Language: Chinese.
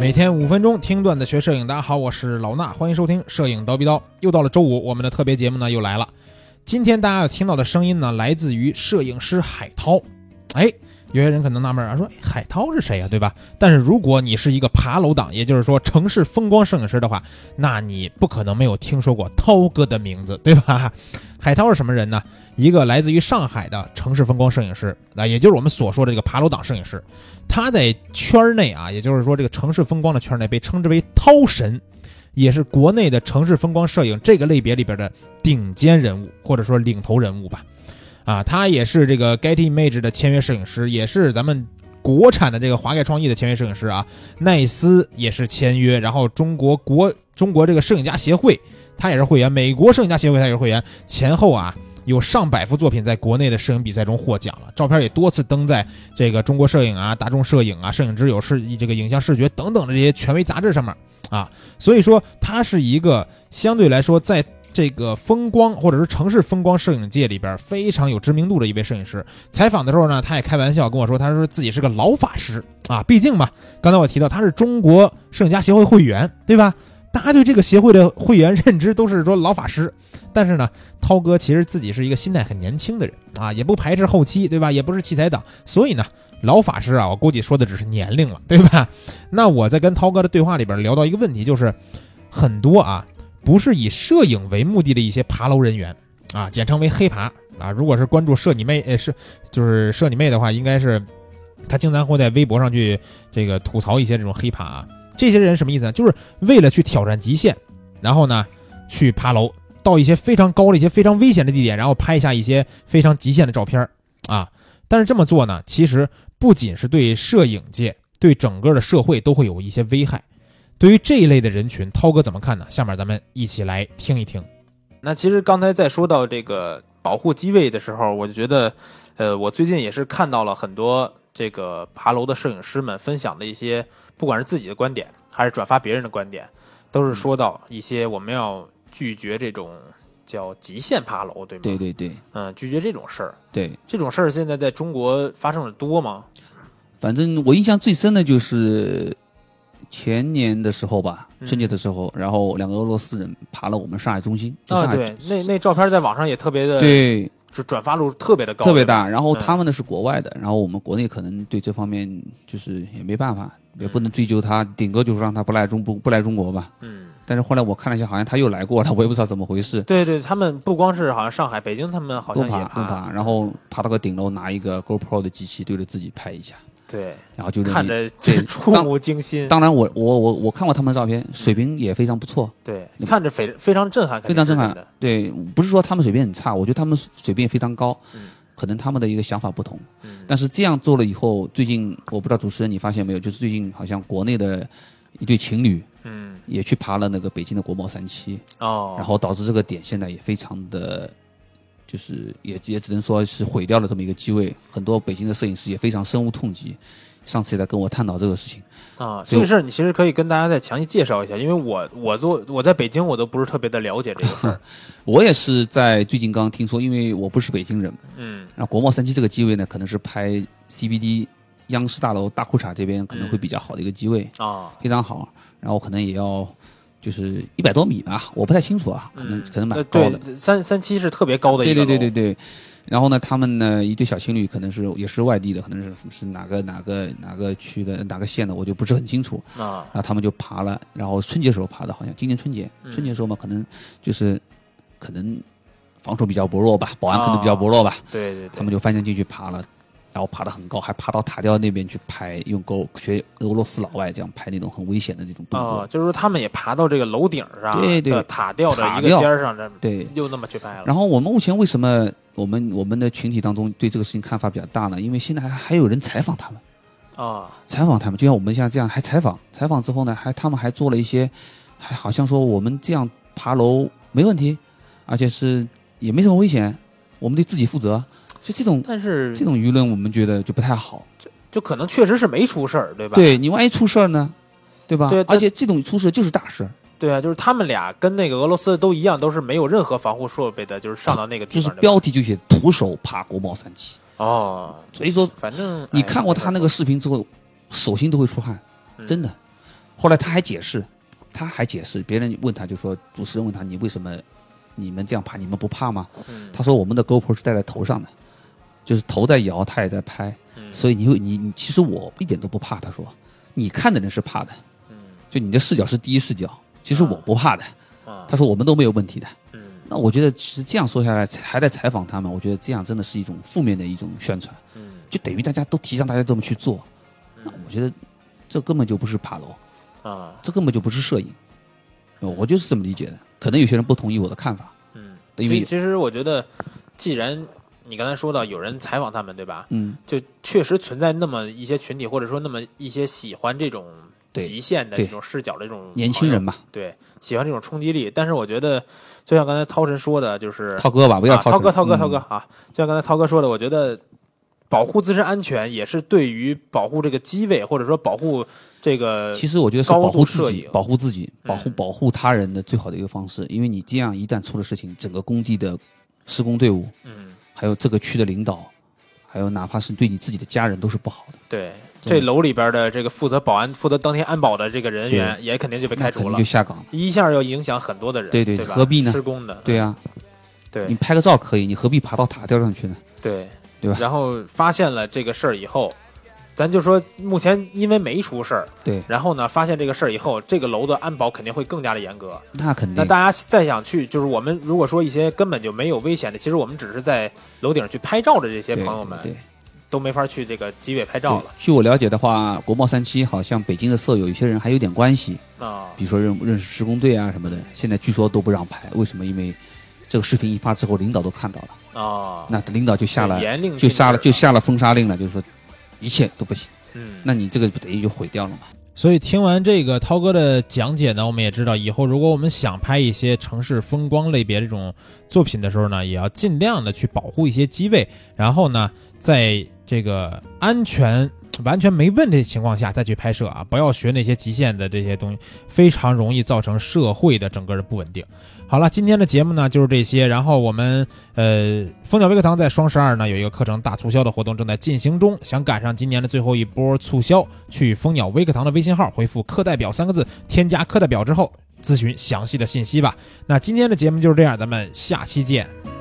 每天5分钟听段子学摄影，大家好，我是老衲，欢迎收听摄影刀逼刀。又到了周五，我们的特别节目呢又来了。今天大家要听到的声音呢，来自于摄影师海涛。有些人可能纳闷啊，说海涛是谁啊，对吧？但是如果你是一个爬楼党，也就是说城市风光摄影师的话，那你不可能没有听说过涛哥的名字，对吧？海涛是什么人呢？一个来自于上海的城市风光摄影师，也就是我们所说的这个爬楼党摄影师。他在圈内啊，也就是说这个城市风光的圈内被称之为涛神，也是国内的城市风光摄影这个类别里边的顶尖人物，或者说领头人物吧。他也是这个 Getty Image 的签约摄影师，也是咱们国产的这个华盖创意的签约摄影师啊。奈斯也是签约，然后中国这个摄影家协会他也是会员，美国摄影家协会他也是会员，前后啊有上百幅作品在国内的摄影比赛中获奖了，照片也多次登在这个中国摄影啊、大众摄影啊、摄影之友这个影像视觉等等的这些权威杂志上面啊。所以说他是一个相对来说在这个风光或者是城市风光摄影界里边非常有知名度的一位摄影师。采访的时候呢，他也开玩笑跟我说，他说自己是个老法师啊，毕竟嘛，刚才我提到他是中国摄影家协会会员，对吧？大家对这个协会的会员认知都是说老法师，但是呢，涛哥其实自己是一个心态很年轻的人啊，也不排斥后期，对吧？也不是器材党，所以呢，老法师啊，我估计说的只是年龄了，对吧？那我在跟涛哥的对话里边聊到一个问题，就是很多啊不是以摄影为目的的一些爬楼人员啊，简称为黑爬啊。如果是关注摄你妹就是摄你妹的话，应该是他经常会在微博上去这个吐槽一些这种黑爬啊。这些人什么意思呢？就是为了去挑战极限，然后呢去爬楼，到一些非常高的一些非常危险的地点，然后拍下一些非常极限的照片啊。但是这么做呢，其实不仅是对摄影界，对整个的社会都会有一些危害。对于这一类的人群，涛哥怎么看呢？下面咱们一起来听一听。那其实刚才在说到这个保护机位的时候，我就觉得我最近也是看到了很多这个爬楼的摄影师们分享的一些，不管是自己的观点还是转发别人的观点，都是说到一些我们要拒绝这种叫极限爬楼，对吗？ 对对对， 拒绝这种事儿。 对， 这种事儿现在在中国发生的多吗？ 反正我印象最深的就是前年的时候吧，春节的时候，然后2个俄罗斯人爬了我们上海中心啊，对，那照片在网上也特别的， 对， 转发度特别的高， 特别大。然后他们的是国外的，然后我们国内可能对这方面就是也没办法，也不能追究他，顶多就是让他不来中国吧。但是后来我看了一下，好像他又来过了，我也不知道怎么回事。 对对，他们不光是好像上海、北京，他们好像也爬，然后爬到个顶楼，拿一个 GoPro 的机器对着自己拍一下。 对， 然后就看着触目惊心。 当然我看过他们的照片，水平也非常不错。 对，看着非常震撼， 非常震撼。对，不是说他们水平很差，我觉得他们水平也非常高。可能他们的一个想法不同。但是这样做了以后，最近我不知道主持人你发现没有，就是最近好像国内的一对情侣，也去爬了那个北京的国贸37 哦， 然后导致这个点现在也非常的。就是也只能说是毁掉了这么一个机位，很多北京的摄影师也非常深恶痛疾。上次也在跟我探讨这个事情啊，这个事儿你其实可以跟大家再详细介绍一下，因为我在北京我都不是特别的了解这个事儿。 我也是在最近刚刚听说，因为我不是北京人，然后国贸37这个机位呢，可能是拍 CBD 央视大楼大裤衩这边可能会比较好的一个机位啊， 非常好，然后可能也要。就是100多米吧，我不太清楚啊，可能蛮高的。 对，37是特别高的一个楼。 对。然后呢，他们呢一对小情侣可能也是外地的，可能是哪个区的哪个县的，我就不是很清楚啊。然后他们就爬了，然后春节时候爬的，好像今年春节时候嘛，可能防守比较薄弱吧，保安可能比较薄弱吧。 对， 他们就翻墙进去爬了。然后爬得很高，还爬到塔吊那边去拍，用学俄罗斯老外这样拍那种很危险的这种动作。 就是说他们也爬到这个楼顶上， 对塔吊的一个尖上， 对， 又那么去拍了。 然后我们目前为什么我们的群体当中对这个事情看法比较大呢？因为现在还有人采访他们采访他们，就像我们像这样还采访之后呢，他们还做了一些，还好像说我们这样爬楼没问题，而且是也没什么危险，我们对自己负责。就但是这种舆论我们觉得就不太好， 就可能确实是没出事儿，对吧？ 对，你万一出事儿呢，对吧？ 对， 而且这种出事就是大事。 对啊，就是他们俩跟那个俄罗斯都一样，都是没有任何防护设备的，就是上到那个地方。 就是标题就写徒手爬国贸37。 所以说反正你看过他那个视频之后，手心都会出汗，真的。 后来他还解释，别人问他就说，主持人问他你为什么你们这样怕，你们不怕吗？他说我们的 GoPro 是戴在头上的，就是头在摇，他也在拍，所以你其实我一点都不怕。他说你看的人是怕的，就你的视角是第一视角，其实我不怕的。他说我们都没有问题的。那我觉得其实这样说下来，还在采访他们，我觉得这样真的是一种负面的一种宣传，就等于大家都提倡大家这么去做。那我觉得这根本就不是爬楼啊，这根本就不是摄影。我就是这么理解的，可能有些人不同意我的看法。 因为其实我觉得，既然你刚才说到有人采访他们，对吧？就确实存在那么一些群体，或者说那么一些喜欢这种极限的这种视角的这种年轻人嘛， 对，喜欢这种冲击力。但是我觉得，就像刚才涛神说的，就是涛哥吧，不要涛哥啊，就像刚才涛哥说的，我觉得保护自身安全也是对于保护这个机位，或者说保护这个， 其实我觉得是保护自己，保护他人的最好的一个方式。因为你这样一旦出了事情，整个工地的施工队伍，还有这个区的领导，还有哪怕是对你自己的家人都是不好的。 对，这楼里边的这个负责保安、负责当天安保的这个人员也肯定就被开除了， 就下岗了， 一下要影响很多的人。 对吧？ 何必呢？ 施工的， 对啊， 对， 你拍个照可以，你何必爬到塔吊上去呢？ 对吧？ 然后发现了这个事儿以后，咱就说目前因为没出事儿， 对， 然后呢发现这个事儿以后，这个楼的安保肯定会更加的严格。 那肯定。 那大家再想去，就是我们如果说一些根本就没有危险的，其实我们只是在楼顶去拍照的这些朋友们， 对， 都没法去这个机尾拍照了。 据我了解的话，国贸37好像北京的舍友有些人还有点关系啊， 比如说认识施工队啊什么的，现在据说都不让拍，为什么？因为这个视频一发之后，领导都看到了啊， 那领导就下了严令， 就下了封杀令了，就是说一切都不行。那你这个等于就毁掉了嘛。 所以听完这个涛哥的讲解呢，我们也知道以后如果我们想拍一些城市风光类别这种作品的时候呢，也要尽量的去保护一些机位，然后呢，在这个安全完全没问题的情况下再去拍摄啊，不要学那些极限的这些东西，非常容易造成社会的整个的不稳定。好了，今天的节目呢就是这些，然后我们蜂鸟微课堂在双12呢有一个课程大促销的活动正在进行中，想赶上今年的最后一波促销，去蜂鸟微课堂的微信号回复课代表3个字，添加课代表之后咨询详细的信息吧。那今天的节目就是这样，咱们下期见。